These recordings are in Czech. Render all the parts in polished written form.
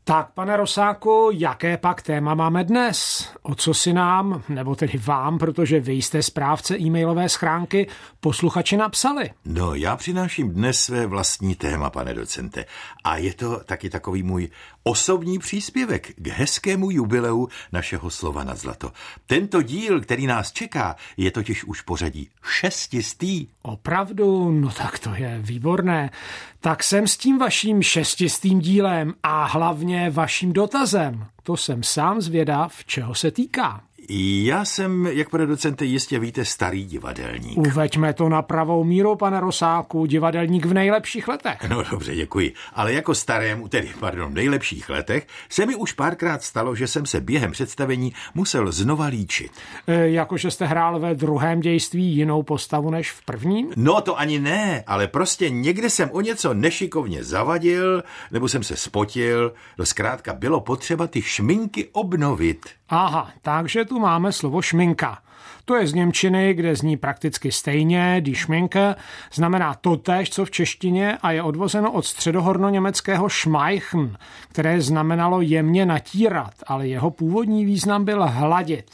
Tak, pane Rosáku, jaké pak téma máme dnes? O co si nám, nebo tedy vám, protože vy jste správce e-mailové schránky, posluchači napsali? No, já přináším dnes své vlastní téma, pane docente. A je to taky takový můj osobní příspěvek k hezkému jubileu našeho Slova na zlato. Tento díl, který nás čeká, je totiž už pořadí 600. Opravdu? No tak to je výborné. Tak jsem s tím vaším 600. dílem a hlavně vaším dotazem. To jsem sám zvědav, čeho se týká. Já jsem, jak pane docente jistě víte, starý divadelník. Uveďme to na pravou míru, pane Rosáku, divadelník v nejlepších letech. No dobře, děkuji. Ale jako v nejlepších letech se mi už párkrát stalo, že jsem se během představení musel znova líčit. Jakože jste hrál ve druhém dějství jinou postavu než v prvním? No to ani ne, ale prostě někde jsem o něco nešikovně zavadil, nebo jsem se spotil, zkrátka bylo potřeba ty šminky obnovit. Aha, takže tu máme slovo šminka. To je z němčiny, kde zní prakticky stejně, die Schminke, znamená totéž, co v češtině a je odvozeno od středohornoněmeckého schmeichen, které znamenalo jemně natírat, ale jeho původní význam byl hladit.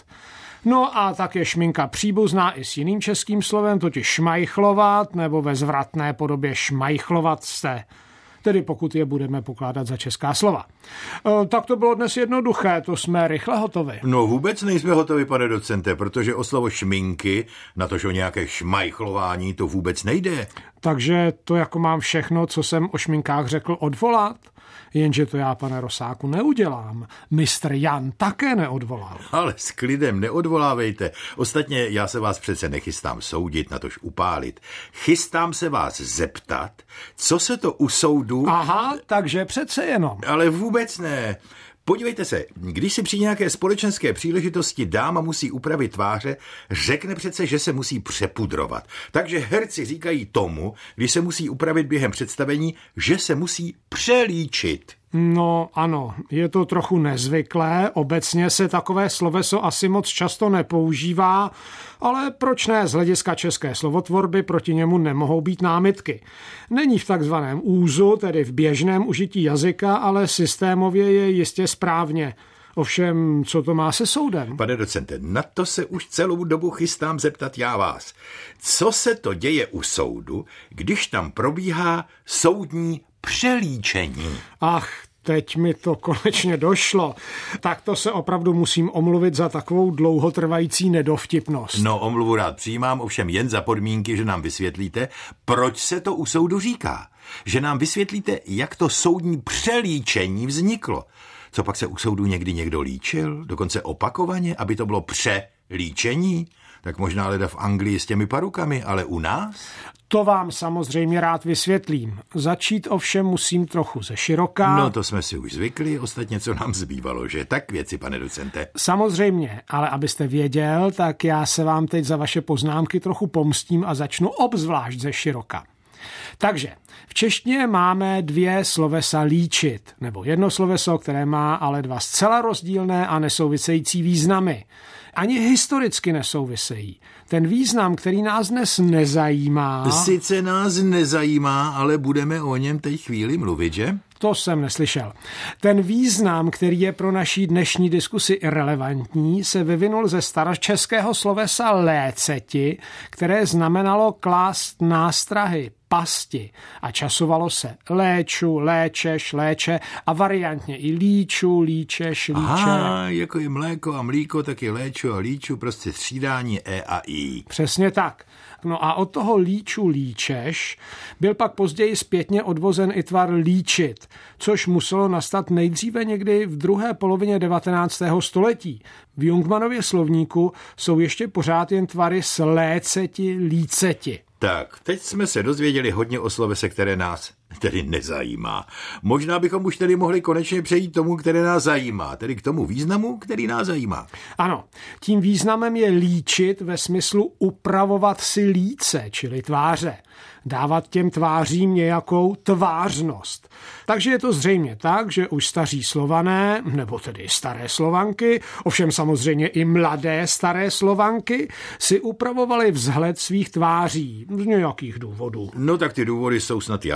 No a tak je šminka příbuzná i s jiným českým slovem, totiž šmajchlovat, nebo ve zvratné podobě šmajchlovat se. Tedy pokud je budeme pokládat za česká slova. Tak to bylo dnes jednoduché, to jsme rychle hotovi. No vůbec nejsme hotovi, pane docente, protože o slovo šminky, natož o nějaké šmajchlování, to vůbec nejde. Takže to jako mám všechno, co jsem o šminkách řekl, odvolat? Jenže to já, pane Rosáku, neudělám. Mistr Jan také neodvolal. Ale s klidem neodvolávejte. Ostatně já se vás přece nechystám soudit, natož upálit. Chystám se vás zeptat, co se to u soudu... Aha, takže přece jenom. Ale vůbec ne. Podívejte se, když si při nějaké společenské příležitosti dáma musí upravit tváře, řekne přece, že se musí přepudrovat. Takže herci říkají tomu, když se musí upravit během představení, že se musí přelíčit. No ano, je to trochu nezvyklé, obecně se takové sloveso asi moc často nepoužívá, ale proč ne, z hlediska české slovotvorby proti němu nemohou být námitky. Není v takzvaném úzu, tedy v běžném užití jazyka, ale systémově je jistě správně. Ovšem, co to má se soudem? Pane docente, na to se už celou dobu chystám zeptat já vás. Co se to děje u soudu, když tam probíhá soudní přelíčení? Ach, teď mi to konečně došlo. Tak to se opravdu musím omluvit za takovou dlouhotrvající nedovtipnost. No, omluvu rád přijímám, ovšem jen za podmínky, že nám vysvětlíte, proč se to u soudu říká. Že nám vysvětlíte, jak to soudní přelíčení vzniklo. Co pak se u soudu někdy někdo líčil, dokonce opakovaně, aby to bylo přelíčení? Tak možná leda v Anglii s těmi parukami, ale u nás? To vám samozřejmě rád vysvětlím. Začít ovšem musím trochu ze široka. No to jsme si už zvykli, ostatně co nám zbývalo, že? Tak věci, pane docente. Samozřejmě, ale abyste věděl, tak já se vám teď za vaše poznámky trochu pomstím a začnu obzvlášť ze široka. Takže v češtině máme dvě slovesa líčit, nebo jedno sloveso, které má ale dva zcela rozdílné a nesouvisející významy. Ani historicky nesouvisejí. Ten význam, který nás dnes nezajímá... Sice nás nezajímá, ale budeme o něm teď chvíli mluvit, že? To jsem neslyšel. Ten význam, který je pro naší dnešní diskusi irelevantní, se vyvinul ze staročeského slovesa léceti, které znamenalo klást nástrahy, pasti a časovalo se léču, léčeš, léče a variantně i líču, líčeš, líče. Aha, jako je mléko a mlíko, tak je léču a líču, prostě střídání E a I. Přesně tak. No a od toho líču, líčeš byl pak později zpětně odvozen i tvar líčit, což muselo nastat nejdříve někdy v druhé polovině 19. století. V Jungmannově slovníku jsou ještě pořád jen tvary s léceti, líceti. Tak, teď jsme se dozvěděli hodně o slovese, které nás tedy nezajímá. Možná bychom už tedy mohli konečně přejít tomu, které nás zajímá, tedy k tomu významu, který nás zajímá. Ano, tím významem je líčit ve smyslu upravovat si líce, čili tváře. Dávat těm tvářím nějakou tvářnost. Takže je to zřejmě tak, že už staří Slované, nebo tedy staré Slovanky, ovšem samozřejmě i mladé staré Slovanky, si upravovali vzhled svých tváří z nějakých důvodů. No tak ty důvody jsou snad jasné.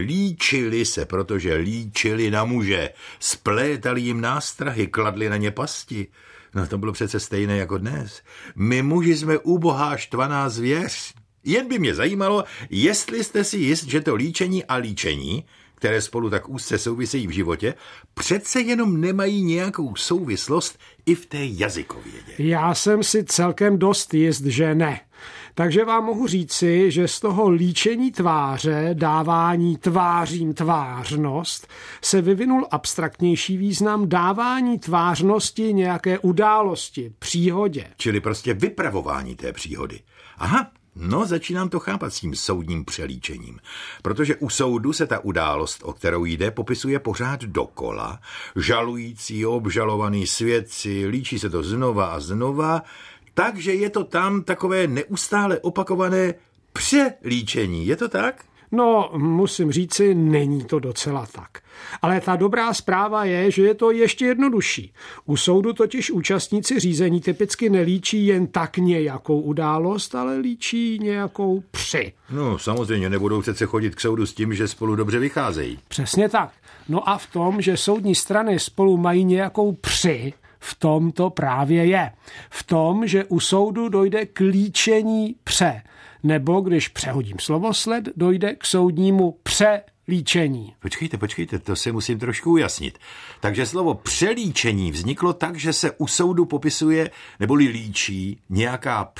líčili se, protože líčili na muže, splétali jim nástrahy, kladli na ně pasti. No to bylo přece stejné jako dnes. My muži jsme ubohá štvaná zvěř. Jen by mě zajímalo, jestli jste si jist, že to líčení a líčení, které spolu tak úzce souvisejí v životě, přece jenom nemají nějakou souvislost i v té jazykovědě. Já jsem si celkem dost jist, že ne. Takže vám mohu říci, že z toho líčení tváře, dávání tvářím tvářnost, se vyvinul abstraktnější význam dávání tvářnosti nějaké události, příhodě. Čili prostě vypravování té příhody. Aha, no začínám to chápat s tím soudním přelíčením, protože u soudu se ta událost, o kterou jde, popisuje pořád dokola, žalující, obžalovaný svědci, líčí se to znova a znova, takže je to tam takové neustále opakované přelíčení. Je to tak? No, musím říci, není to docela tak. Ale ta dobrá zpráva je, že je to ještě jednodušší. U soudu totiž účastníci řízení typicky nelíčí jen tak nějakou událost, ale líčí nějakou při. No, samozřejmě nebudou přece chodit k soudu s tím, že spolu dobře vycházejí. Přesně tak. No a v tom, že soudní strany spolu mají nějakou při, v tom to právě je. V tom, že u soudu dojde k líčení pře. Nebo když přehodím slovosled, dojde k soudnímu přelíčení. Počkejte, to si musím trošku ujasnit. Takže slovo přelíčení vzniklo tak, že se u soudu popisuje neboli líčí nějaká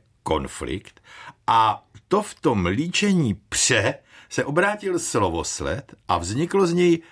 konflikt a to v tom líčení se obrátil slovosled a vzniklo z něj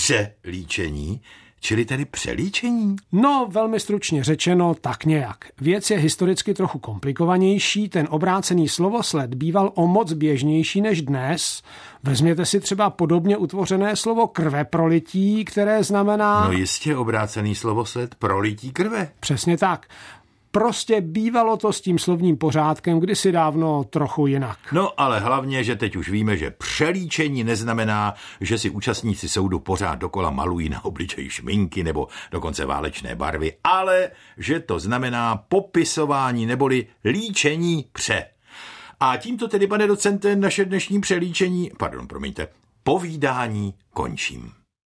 přelíčení, čili tedy přelíčení? No, velmi stručně řečeno, tak nějak. Věc je historicky trochu komplikovanější, ten obrácený slovosled býval o moc běžnější než dnes. Vezměte si třeba podobně utvořené slovo krveprolití, které znamená... No jistě, obrácený slovosled prolití krve. Přesně tak. Prostě bývalo to s tím slovním pořádkem kdysi dávno trochu jinak. No ale hlavně, že teď už víme, že přelíčení neznamená, že si účastníci soudu pořád dokola malují na obličeji šminky nebo dokonce válečné barvy, ale že to znamená popisování neboli líčení pře. A tímto tedy, pane docente, naše dnešní povídání končím.